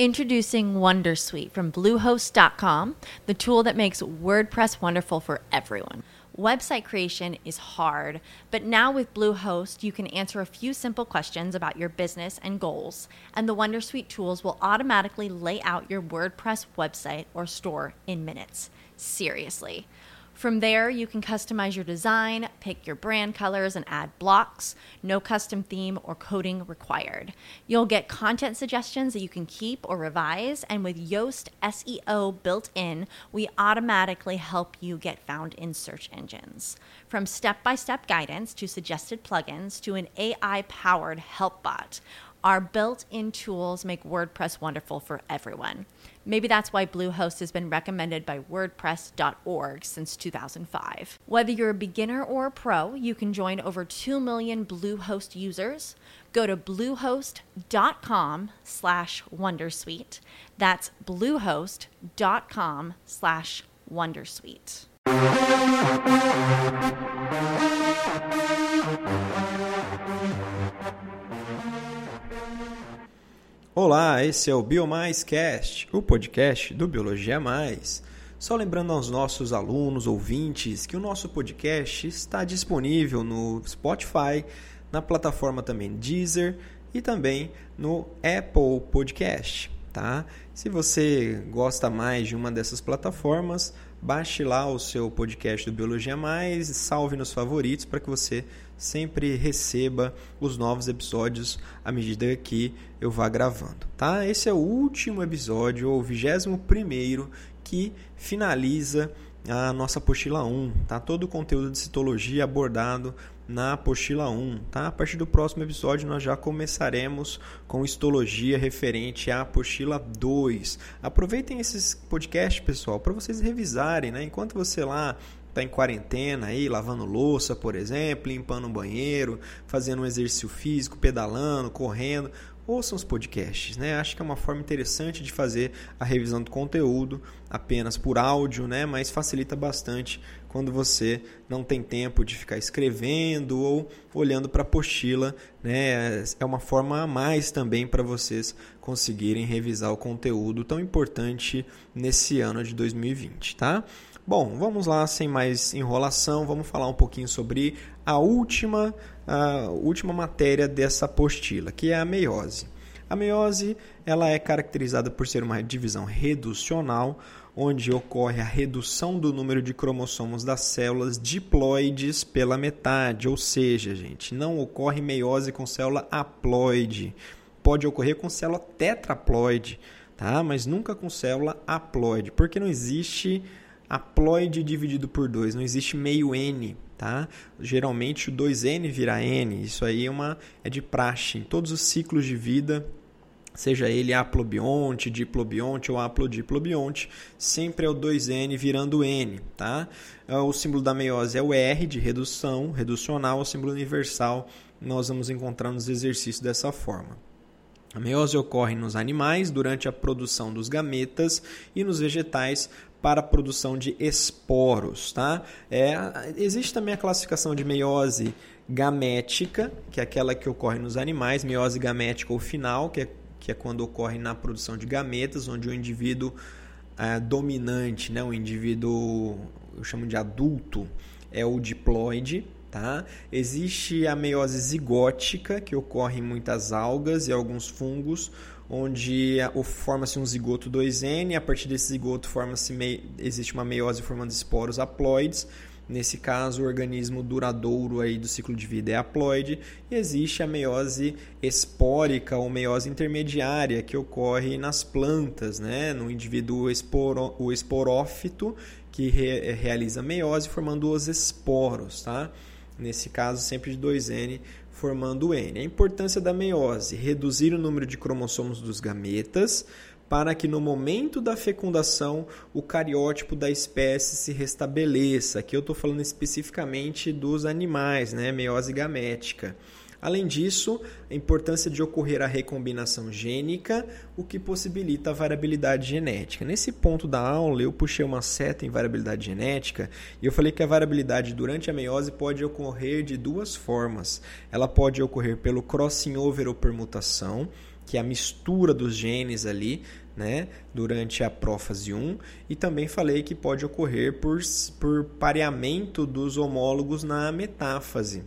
Introducing Wondersuite from Bluehost.com, the tool that makes WordPress wonderful for everyone. Website creation is hard, but now with Bluehost, you can answer a few simple questions about your business and goals, and the Wondersuite tools will automatically lay out your WordPress website or store in minutes. Seriously. From there, you can customize your design, pick your brand colors, and add blocks. No custom theme or coding required. You'll get content suggestions that you can keep or revise, and with Yoast SEO built in, we automatically help you get found in search engines. From step-by-step guidance to suggested plugins to an AI-powered help bot, our built-in tools make WordPress wonderful for everyone. Maybe that's why Bluehost has been recommended by WordPress.org since 2005. Whether you're a beginner or a pro, you can join over 2 million Bluehost users. Go to bluehost.com/wondersuite. That's bluehost.com/wondersuite. Olá, esse é o BioMaisCast, o podcast do Biologia Mais. Só lembrando aos nossos alunos, ouvintes, que o nosso podcast está disponível no Spotify, na plataforma também Deezer e também no Apple Podcast, tá? Se você gosta mais de uma dessas plataformas, baixe lá o seu podcast do Biologia Mais, salve nos favoritos para que você sempre receba os novos episódios à medida que eu vá gravando, tá? Esse é o último episódio, o 21º, que finaliza a nossa apostila 1, tá? Todo o conteúdo de citologia abordado na apostila 1, tá? A partir do próximo episódio nós já começaremos com histologia referente à apostila 2. Aproveitem esses podcasts, pessoal, para vocês revisarem, né? Enquanto você lá está em quarentena, aí, lavando louça, por exemplo, limpando o banheiro, fazendo um exercício físico, pedalando, correndo, ouçam os podcasts, né? Acho que é uma forma interessante de fazer a revisão do conteúdo apenas por áudio, né? Mas facilita bastante quando você não tem tempo de ficar escrevendo ou olhando para a apostila, né? É uma forma a mais também para vocês conseguirem revisar o conteúdo tão importante nesse ano de 2020, tá? Bom, vamos lá, sem mais enrolação, vamos falar um pouquinho sobre a última matéria dessa apostila, que é a meiose. A meiose ela é caracterizada por ser uma divisão reducional, onde ocorre a redução do número de cromossomos das células diploides pela metade, ou seja, gente, não ocorre meiose com célula haploide. Pode ocorrer com célula tetraploide, tá? Mas nunca com célula haploide, porque não existe haploide dividido por 2, não existe meio N, tá? Geralmente o 2N vira N, isso aí é de praxe. Em todos os ciclos de vida, seja ele haplobionte, diplobionte ou haplodiplobionte, sempre é o 2N virando N, tá? O símbolo da meiose é o R de redução, reducional, o símbolo universal nós vamos encontrar nos exercícios dessa forma. A meiose ocorre nos animais durante a produção dos gametas e nos vegetais para a produção de esporos, tá? Existe também a classificação de meiose gamética, que é aquela que ocorre nos animais, meiose gamética ou final, que é quando ocorre na produção de gametas, onde o indivíduo dominante, né, o indivíduo, eu chamo de adulto, é o diploide. Tá? Existe a meiose zigótica, que ocorre em muitas algas e alguns fungos, onde forma-se um zigoto 2N, a partir desse zigoto existe uma meiose formando esporos haploides. Nesse caso, o organismo duradouro aí do ciclo de vida é haploide. E existe a meiose espórica ou meiose intermediária, que ocorre nas plantas, né? No indivíduo o esporófito, que realiza meiose formando os esporos, tá? Nesse caso, sempre de 2N formando N. A importância da meiose: reduzir o número de cromossomos dos gametas para que no momento da fecundação o cariótipo da espécie se restabeleça. Aqui eu estou falando especificamente dos animais, né? Meiose gamética. Além disso, a importância de ocorrer a recombinação gênica, o que possibilita a variabilidade genética. Nesse ponto da aula, eu puxei uma seta em variabilidade genética e eu falei que a variabilidade durante a meiose pode ocorrer de duas formas. Ela pode ocorrer pelo crossing over ou permutação, que é a mistura dos genes ali, né, durante a prófase 1, e também falei que pode ocorrer por pareamento dos homólogos na metáfase.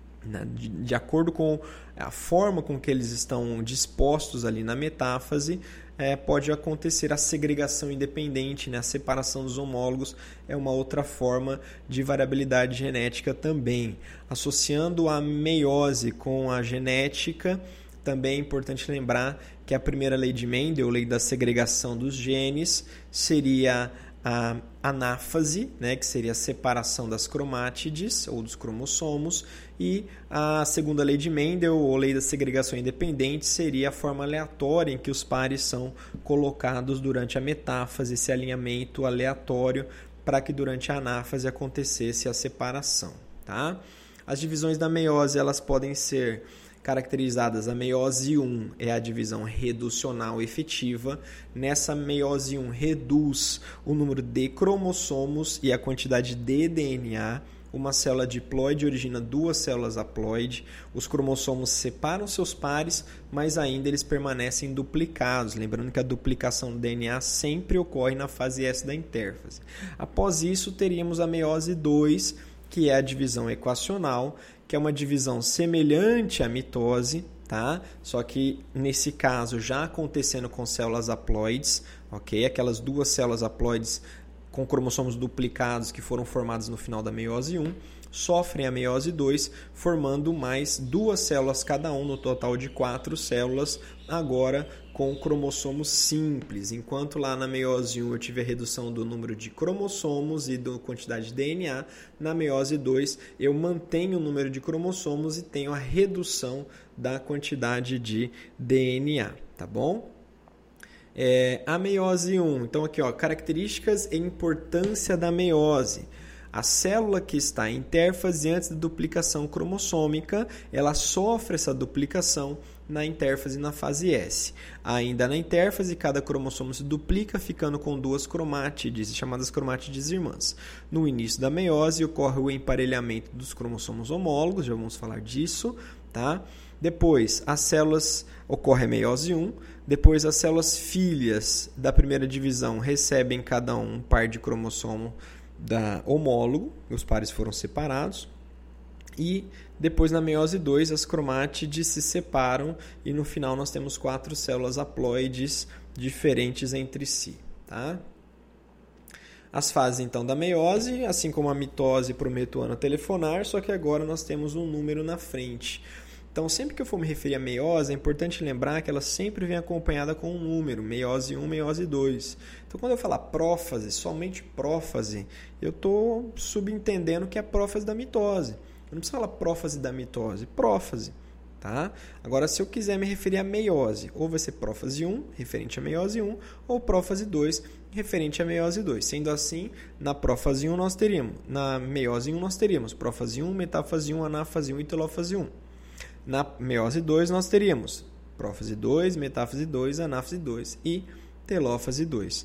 De acordo com a forma com que eles estão dispostos ali na metáfase, pode acontecer a segregação independente, né? A separação dos homólogos é uma outra forma de variabilidade genética também. Associando a meiose com a genética, também é importante lembrar que a primeira lei de Mendel, lei da segregação dos genes, seria a anáfase, né, que seria a separação das cromátides ou dos cromossomos, e a segunda lei de Mendel, ou lei da segregação independente, seria a forma aleatória em que os pares são colocados durante a metáfase, esse alinhamento aleatório para que durante a anáfase acontecesse a separação. Tá? As divisões da meiose elas podem ser caracterizadas. A meiose 1 é a divisão reducional efetiva. Nessa meiose 1 reduz o número de cromossomos e a quantidade de DNA. Uma célula diploide origina 2 células haploide. Os cromossomos separam seus pares, mas ainda eles permanecem duplicados. Lembrando que a duplicação do DNA sempre ocorre na fase S da intérfase. Após isso, teríamos a meiose 2, que é a divisão equacional, que é uma divisão semelhante à mitose, tá? Só que nesse caso já acontecendo com células haploides, ok? Aquelas 2 células haploides com cromossomos duplicados que foram formadas no final da meiose 1, sofrem a meiose 2, formando mais 2 células cada um, no total de 4 células, agora com cromossomos simples. Enquanto lá na meiose 1 eu tive a redução do número de cromossomos e da quantidade de DNA, na meiose 2 eu mantenho o número de cromossomos e tenho a redução da quantidade de DNA, tá bom? A meiose 1, então aqui ó, características e importância da meiose. A célula que está em intérfase antes da duplicação cromossômica, ela sofre essa duplicação na intérfase na fase S. Ainda na intérfase, cada cromossomo se duplica, ficando com 2 cromátides, chamadas cromátides irmãs. No início da meiose, ocorre o emparelhamento dos cromossomos homólogos, já vamos falar disso, tá? Depois, as células, ocorre a meiose 1, depois as células filhas da primeira divisão recebem cada um par de cromossomo homólogo, os pares foram separados, e depois na meiose 2 as cromátides se separam e no final nós temos 4 células haploides diferentes entre si. Tá? As fases então da meiose, assim como a mitose, prometo ano telefonar, só que agora nós temos um número na frente. Então, sempre que eu for me referir a meiose, é importante lembrar que ela sempre vem acompanhada com um número, meiose 1, meiose 2. Então, quando eu falar prófase, somente prófase, eu estou subentendendo que é a prófase da mitose. Eu não preciso falar prófase da mitose, prófase. Tá? Agora, se eu quiser me referir a meiose, ou vai ser prófase 1, referente a meiose 1, ou prófase 2, referente a meiose 2. Sendo assim, na prófase 1 nós teríamos, na meiose 1 nós teríamos prófase 1, metáfase 1, anáfase 1 e telófase 1. Na meiose 2, nós teríamos prófase 2, metáfase 2, anáfase 2 e telófase 2.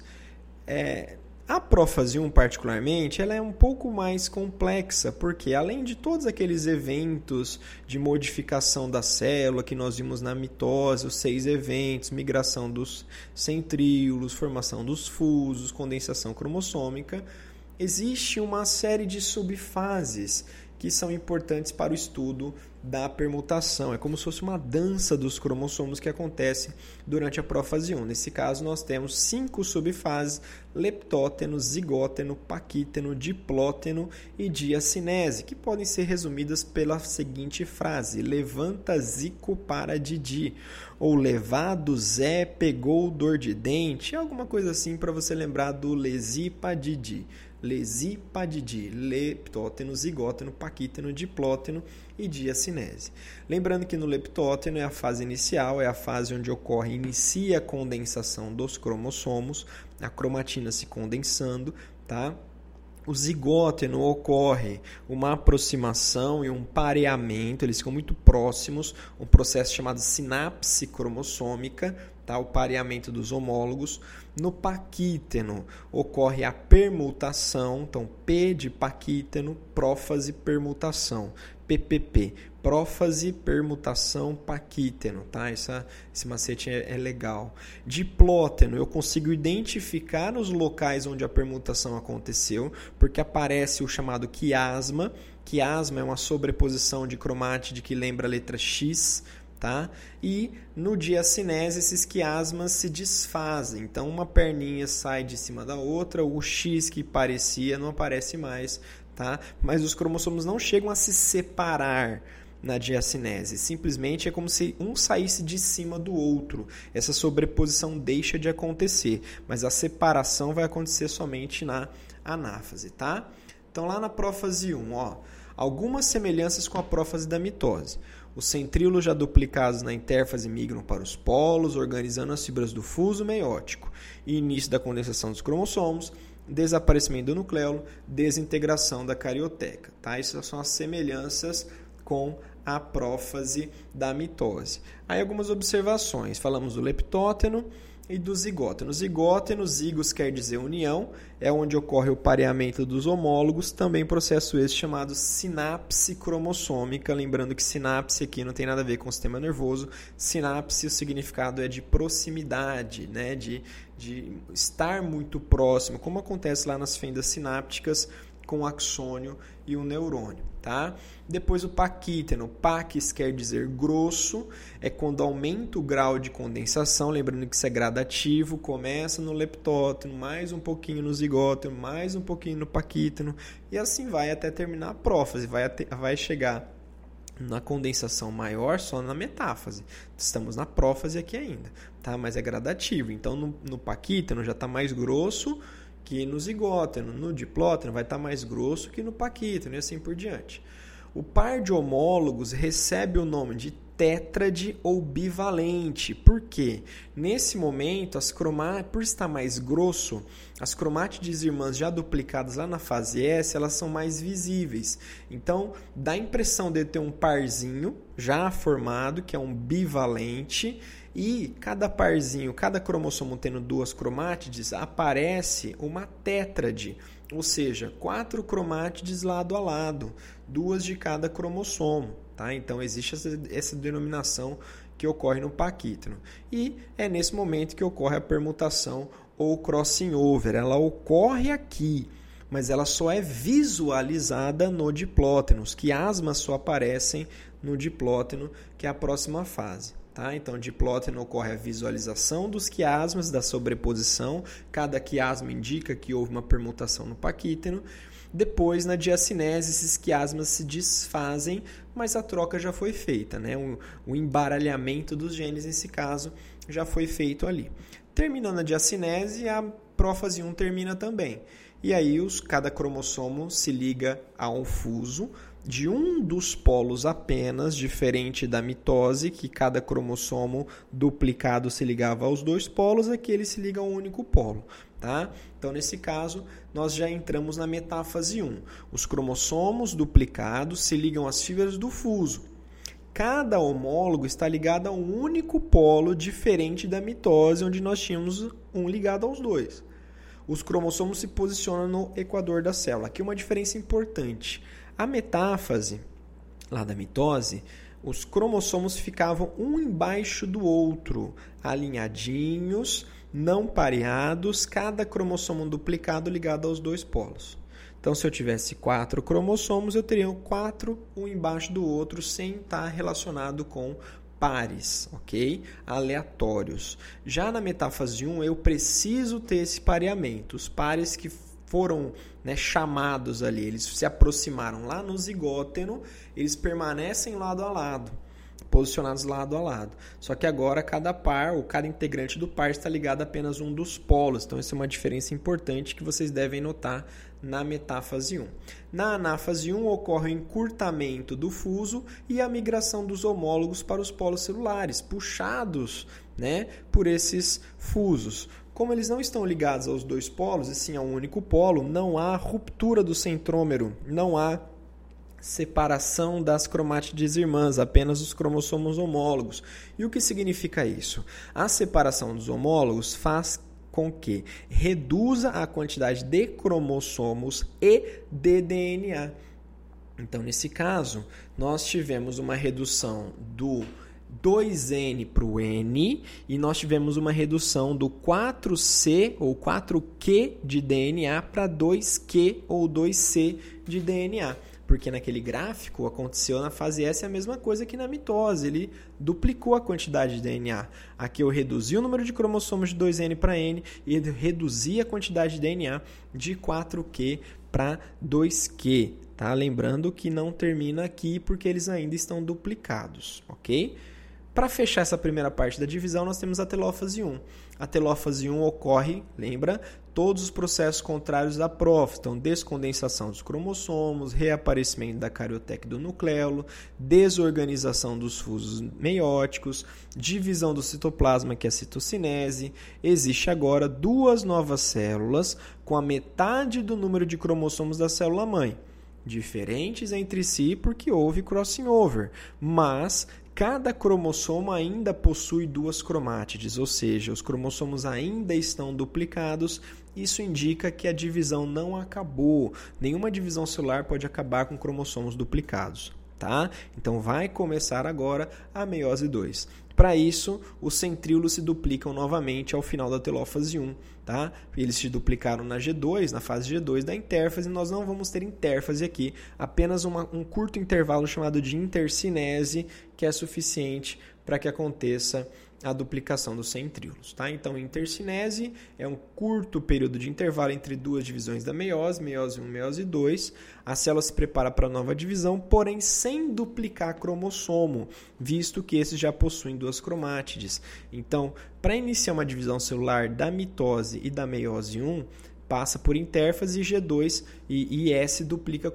A prófase 1, particularmente, ela é um pouco mais complexa, porque além de todos aqueles eventos de modificação da célula que nós vimos na mitose, os 6 eventos, migração dos centríolos, formação dos fusos, condensação cromossômica, existe uma série de subfases que são importantes para o estudo da permutação. É como se fosse uma dança dos cromossomos que acontece durante a prófase 1. Nesse caso, nós temos 5 subfases: leptóteno, zigóteno, paquíteno, diplóteno e diacinese, que podem ser resumidas pela seguinte frase: levanta Zico para Didi, ou levado Zé pegou dor de dente, alguma coisa assim para você lembrar do lesipadidi. Lesipadidi, leptóteno, zigóteno, paquíteno, diplóteno e diacinese. Lembrando que no leptóteno é a fase inicial, é a fase onde inicia a condensação dos cromossomos, a cromatina se condensando, tá? O zigóteno ocorre uma aproximação e um pareamento, eles ficam muito próximos, um processo chamado sinapse cromossômica, tá? O pareamento dos homólogos. No paquíteno ocorre a permutação, então P de paquíteno, prófase, permutação. PPP, prófase, permutação, paquíteno, tá? Esse macete é legal. Diplóteno, eu consigo identificar os locais onde a permutação aconteceu, porque aparece o chamado quiasma. Quiasma é uma sobreposição de cromátide que lembra a letra X, tá? E no diacinese esses quiasmas se desfazem, então uma perninha sai de cima da outra, o X que parecia não aparece mais, tá? Mas os cromossomos não chegam a se separar na diacinese, simplesmente é como se um saísse de cima do outro. Essa sobreposição deixa de acontecer, mas a separação vai acontecer somente na anáfase, tá? Então lá na prófase 1, algumas semelhanças com a prófase da mitose. Os centríolos já duplicados na intérfase migram para os polos, organizando as fibras do fuso meiótico. E início da condensação dos cromossomos, desaparecimento do nucleolo, desintegração da carioteca. Tá? Essas são as semelhanças com a prófase da mitose. Aí algumas observações. Falamos do leptóteno e do zigóteno. Zigóteno, zigos quer dizer união, é onde ocorre o pareamento dos homólogos, também processo esse chamado sinapse cromossômica, lembrando que sinapse aqui não tem nada a ver com o sistema nervoso, sinapse o significado é de proximidade, né? de estar muito próximo, como acontece lá nas fendas sinápticas com o axônio e o neurônio, tá? Depois o paquíteno, pax quer dizer grosso, é quando aumenta o grau de condensação, lembrando que isso é gradativo, começa no leptóteno, mais um pouquinho no zigóteno, mais um pouquinho no paquíteno, e assim vai até terminar a prófase, vai chegar na condensação maior só na metáfase. Estamos na prófase aqui ainda, tá? Mas é gradativo, então no paquíteno já está mais grosso que no zigóteno, no diplóteno vai estar mais grosso que no paquíteno e assim por diante. O par de homólogos recebe o nome de tétrade ou bivalente. Por quê? Nesse momento, por estar mais grosso, as cromátides irmãs já duplicadas lá na fase S, elas são mais visíveis. Então, dá a impressão de ter um parzinho já formado, que é um bivalente, e cada parzinho, cada cromossomo tendo duas cromátides, aparece uma tétrade, ou seja, 4 cromátides lado a lado, 2 de cada cromossomo. Tá? Então, existe essa denominação que ocorre no paquíteno. E é nesse momento que ocorre a permutação ou crossing over. Ela ocorre aqui, mas ela só é visualizada no diplóteno. Os quiasmas só aparecem no diplóteno, que é a próxima fase. Tá? Então, diplóteno ocorre a visualização dos quiasmas, da sobreposição. Cada quiasma indica que houve uma permutação no paquíteno. Depois, na diacinese, esses quiasmas se desfazem, mas a troca já foi feita, né? O embaralhamento dos genes, nesse caso, já foi feito ali. Terminando a diacinese, a prófase 1 termina também. E aí, cada cromossomo se liga a um fuso de um dos polos apenas, diferente da mitose, que cada cromossomo duplicado se ligava aos 2 polos, aqui ele se liga a um único polo. Tá? Então, nesse caso, nós já entramos na metáfase 1. Os cromossomos duplicados se ligam às fibras do fuso. Cada homólogo está ligado a um único polo, diferente da mitose, onde nós tínhamos um ligado aos 2. Os cromossomos se posicionam no equador da célula. Aqui uma diferença importante. A metáfase, lá da mitose, os cromossomos ficavam um embaixo do outro, alinhadinhos, não pareados, cada cromossomo duplicado ligado aos 2 polos. Então, se eu tivesse 4 cromossomos, eu teria 4 um embaixo do outro, sem estar relacionado com pares, ok? Aleatórios. Já na metáfase 1, eu preciso ter esse pareamento. Os pares que foram, né, chamados ali, eles se aproximaram lá no zigóteno, eles permanecem lado a lado, posicionados lado a lado. Só que agora cada par, ou cada integrante do par está ligado a apenas um dos polos. Então, essa é uma diferença importante que vocês devem notar na metáfase 1. Na anáfase 1 ocorre o encurtamento do fuso e a migração dos homólogos para os polos celulares, puxados, né, por esses fusos. Como eles não estão ligados aos 2 polos, e sim a um único polo, não há ruptura do centrômero, não há separação das cromátides irmãs, apenas os cromossomos homólogos. E o que significa isso? A separação dos homólogos faz com que reduza a quantidade de cromossomos e de DNA. Então, nesse caso, nós tivemos uma redução do 2N para o N e nós tivemos uma redução do 4C ou 4Q de DNA para 2Q ou 2C de DNA. Porque naquele gráfico aconteceu na fase S a mesma coisa que na mitose, ele duplicou a quantidade de DNA. Aqui eu reduzi o número de cromossomos de 2N para N e ele reduzi a quantidade de DNA de 4Q para 2Q. Tá? Lembrando que não termina aqui porque eles ainda estão duplicados, ok? Para fechar essa primeira parte da divisão, nós temos a telófase 1. A telófase 1 ocorre, lembra, todos os processos contrários da prófise. Então, descondensação dos cromossomos, reaparecimento da carioteca do nucleolo, desorganização dos fusos meióticos, divisão do citoplasma, que é a citocinese. Existe agora 2 novas células com a metade do número de cromossomos da célula-mãe. Diferentes entre si porque houve crossing over, mas cada cromossomo ainda possui 2 cromátides, ou seja, os cromossomos ainda estão duplicados. Isso indica que a divisão não acabou. Nenhuma divisão celular pode acabar com cromossomos duplicados. Tá? Então vai começar agora a meiose 2. Para isso, os centríolos se duplicam novamente ao final da telófase 1. Tá? Eles se duplicaram na G2, na fase G2 da intérfase. Nós não vamos ter intérfase aqui, apenas um curto intervalo chamado de intercinese, que é suficiente para que aconteça a duplicação dos centríolos. Tá? Então, intercinese é um curto período de intervalo entre 2 divisões da meiose, meiose 1 e meiose 2. A célula se prepara para a nova divisão, porém sem duplicar cromossomo, visto que esses já possuem 2 cromátides. Então, para iniciar uma divisão celular da mitose e da meiose 1, passa por intérfase G2 e S duplica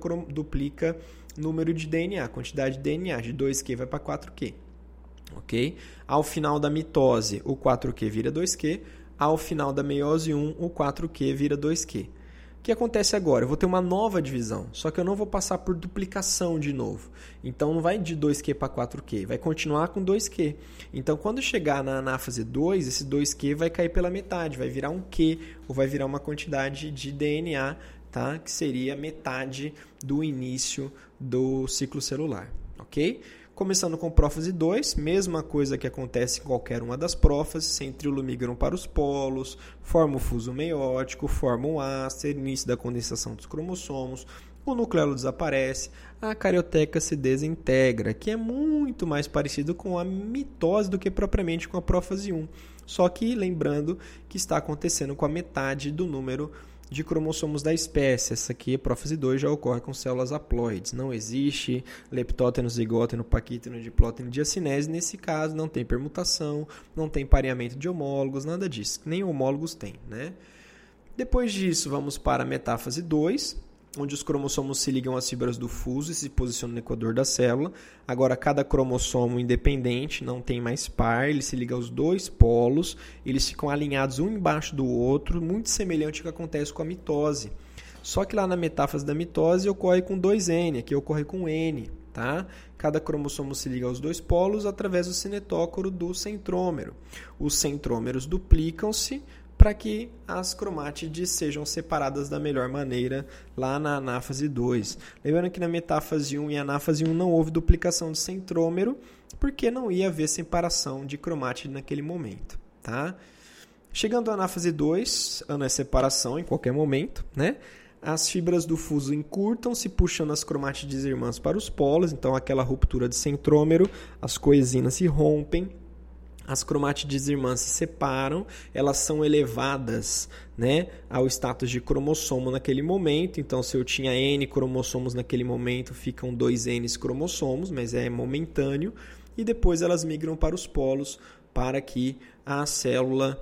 número de DNA, quantidade de DNA, de 2Q vai para 4Q. Okay? Ao final da mitose, o 4Q vira 2Q. Ao final da meiose 1, o 4Q vira 2Q. O que acontece agora? Eu vou ter uma nova divisão, só que eu não vou passar por duplicação de novo. Então, não vai de 2Q para 4Q, vai continuar com 2Q. Então, quando chegar na anáfase 2, esse 2Q vai cair pela metade, vai virar um Q, ou vai virar uma quantidade de DNA, tá? Que seria metade do início do ciclo celular. Ok? Começando com prófase 2, mesma coisa que acontece em qualquer uma das prófases, centríolos migram para os polos, forma o fuso meiótico, forma o áster, início da condensação dos cromossomos, o nucleolo desaparece, a carioteca se desintegra, que é muito mais parecido com a mitose do que propriamente com a prófase 1. Só que lembrando que está acontecendo com a metade do número de cromossomos da espécie. Essa aqui, a prófase 2, já ocorre com células haploides. Não existe leptóteno, zigóteno, paquíteno, diplóteno, diacinese. Nesse caso, não tem permutação, não tem pareamento de homólogos, nada disso. Nem homólogos tem, né? Depois disso, vamos para a metáfase 2, onde os cromossomos se ligam às fibras do fuso e se posicionam no equador da célula. Agora, cada cromossomo independente, não tem mais par, ele se liga aos 2 polos, eles ficam alinhados um embaixo do outro, muito semelhante ao que acontece com a mitose. Só que lá na metáfase da mitose ocorre com 2N, aqui ocorre com N. Tá? Cada cromossomo se liga aos 2 polos através do cinetócoro do centrômero. Os centrômeros duplicam-se para que as cromátides sejam separadas da melhor maneira lá na anáfase 2. Lembrando que na metáfase 1 e anáfase 1 não houve duplicação do centrômero, porque não ia haver separação de cromátide naquele momento. Tá? Chegando à anáfase 2, ano é separação em qualquer momento, né? As fibras do fuso encurtam-se, puxando as cromátides irmãs para os polos, então aquela ruptura de centrômero, as coesinas se rompem, as cromátides irmãs se separam, elas são elevadas, né, ao status de cromossomo naquele momento. Então, se eu tinha N cromossomos naquele momento, ficam 2N cromossomos, mas é momentâneo. E depois elas migram para os polos para que a célula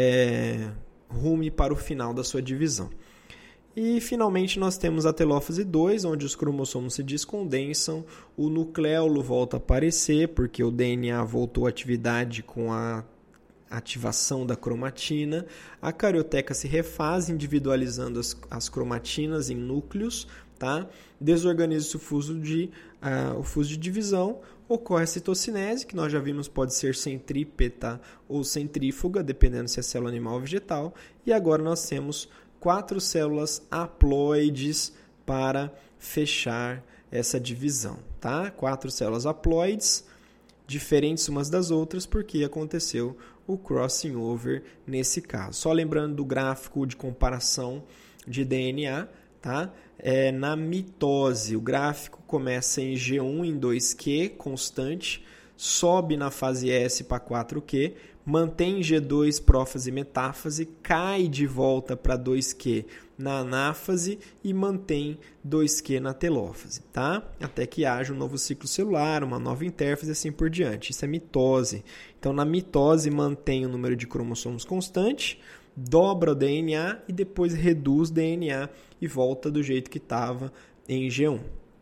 rume para o final da sua divisão. E, finalmente, nós temos a telófase 2, onde os cromossomos se descondensam, o nucleolo volta a aparecer, porque o DNA voltou à atividade com a ativação da cromatina, a carioteca se refaz, individualizando as cromatinas em núcleos, tá? Desorganiza-se o fuso de divisão, ocorre a citocinese, que nós já vimos pode ser centrípeta ou centrífuga, dependendo se é célula animal ou vegetal, e agora nós temos 4 células haploides para fechar essa divisão, tá? 4 células haploides, diferentes umas das outras, porque aconteceu o crossing over nesse caso. Só lembrando do gráfico de comparação de DNA, tá? Na mitose, o gráfico começa em G1 em 2Q, constante, sobe na fase S para 4Q, mantém G2 prófase e metáfase, cai de volta para 2Q na anáfase e mantém 2Q na telófase, tá? Até que haja um novo ciclo celular, uma nova intérfase e assim por diante. Isso é mitose. Então, na mitose, mantém o número de cromossomos constante, dobra o DNA e depois reduz o DNA e volta do jeito que estava em G1.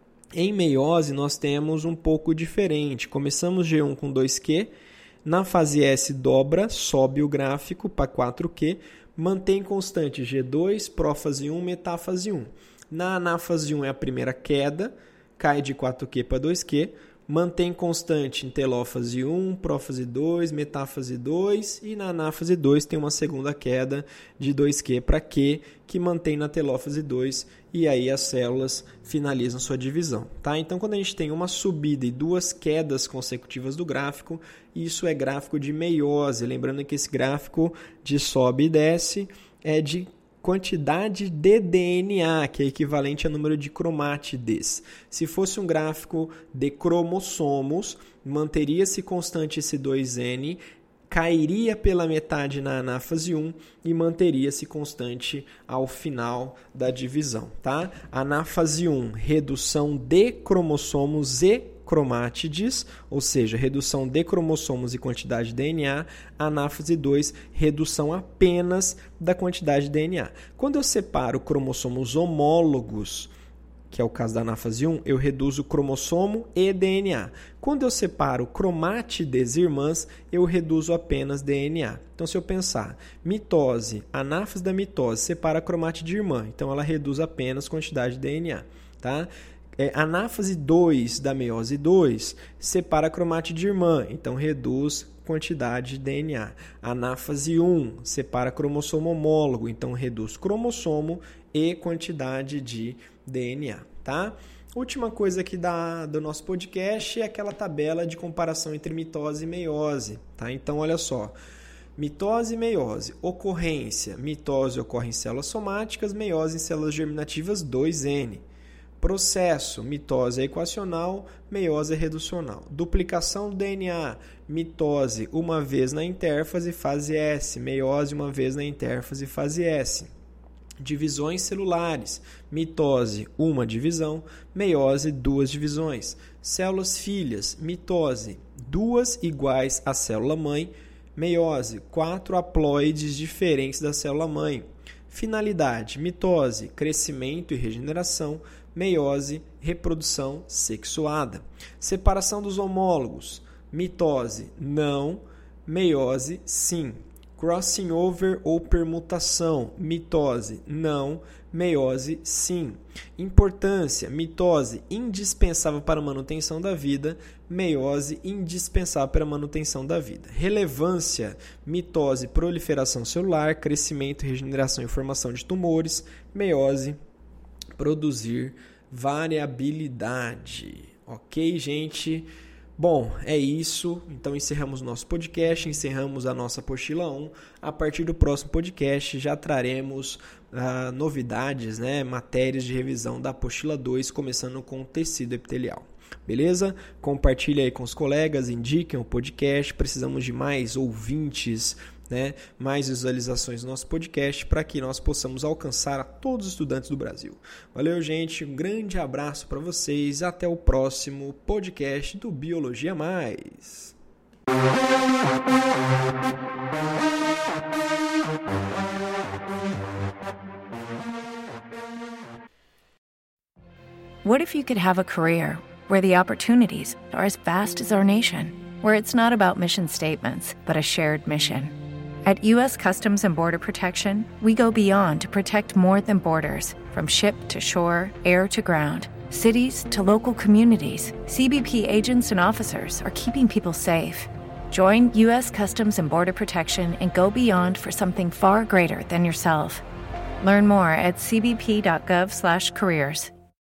Em meiose, nós temos um pouco diferente. Começamos G1 com 2Q, na fase S dobra, sobe o gráfico para 4Q, mantém constante G2, prófase 1, metáfase 1. Na anáfase 1 é a primeira queda, cai de 4Q para 2Q, mantém constante em telófase 1, prófase 2, metáfase 2 e na anáfase 2 tem uma segunda queda de 2Q para Q, que mantém na telófase 2 e aí as células finalizam sua divisão, tá? Então, quando a gente tem uma subida e 2 quedas consecutivas do gráfico, isso é gráfico de meiose. Lembrando que esse gráfico de sobe e desce é de quantidade de DNA, que é equivalente a número de cromátides. Se fosse um gráfico de cromossomos, manteria-se constante esse 2N, cairia pela metade na anáfase 1 e manteria-se constante ao final da divisão, tá? Anáfase 1, redução de cromossomos e cromátides, ou seja, redução de cromossomos e quantidade de DNA. Anáfase 2, redução apenas da quantidade de DNA. Quando eu separo cromossomos homólogos, que é o caso da anáfase 1, eu reduzo cromossomo e DNA. Quando eu separo cromátides irmãs, eu reduzo apenas DNA. Então, se eu pensar, mitose, anáfase da mitose separa cromátide irmã, então ela reduz apenas quantidade de DNA, tá? Anáfase 2 da meiose 2 separa cromátide irmã, então reduz quantidade de DNA. Anáfase 1 separa cromossomo homólogo, então reduz cromossomo e quantidade de DNA, tá? Última coisa aqui do nosso podcast é aquela tabela de comparação entre mitose e meiose, tá? Então, olha só. Mitose e meiose. Ocorrência. Mitose ocorre em células somáticas, meiose em células germinativas 2N. Processo, mitose é equacional, meiose é reducional. Duplicação do DNA, mitose uma vez na intérfase, fase S, meiose uma vez na intérfase, fase S. Divisões celulares, mitose, uma divisão, meiose, 2 divisões. Células filhas, mitose, 2 iguais à célula-mãe, meiose, 4 haploides diferentes da célula-mãe. Finalidade, mitose, crescimento e regeneração, meiose, reprodução sexuada. Separação dos homólogos, mitose, não, meiose, sim. Crossing over ou permutação, mitose, não, meiose, sim. Importância, mitose, indispensável para a manutenção da vida, meiose, indispensável para a manutenção da vida. Relevância, mitose, proliferação celular, crescimento, regeneração e formação de tumores, meiose, produzir variabilidade. Ok, gente? Bom, é isso. Então, encerramos nosso podcast, encerramos a nossa apostila 1. A partir do próximo podcast, já traremos novidades, matérias de revisão da apostila 2, começando com o tecido epitelial. Beleza? Compartilhe aí com os colegas, indiquem o podcast. Precisamos de mais ouvintes, mais visualizações do nosso podcast para que nós possamos alcançar a todos os estudantes do Brasil. Valeu, gente. Um grande abraço para vocês. Até o próximo podcast do Biologia Mais. What if you could have a career where the opportunities are as vast as our nation, where it's not about mission statements, but a shared mission? At U.S. Customs and Border Protection, we go beyond to protect more than borders. From ship to shore, air to ground, cities to local communities, CBP agents and officers are keeping people safe. Join U.S. Customs and Border Protection and go beyond for something far greater than yourself. Learn more at cbp.gov/careers.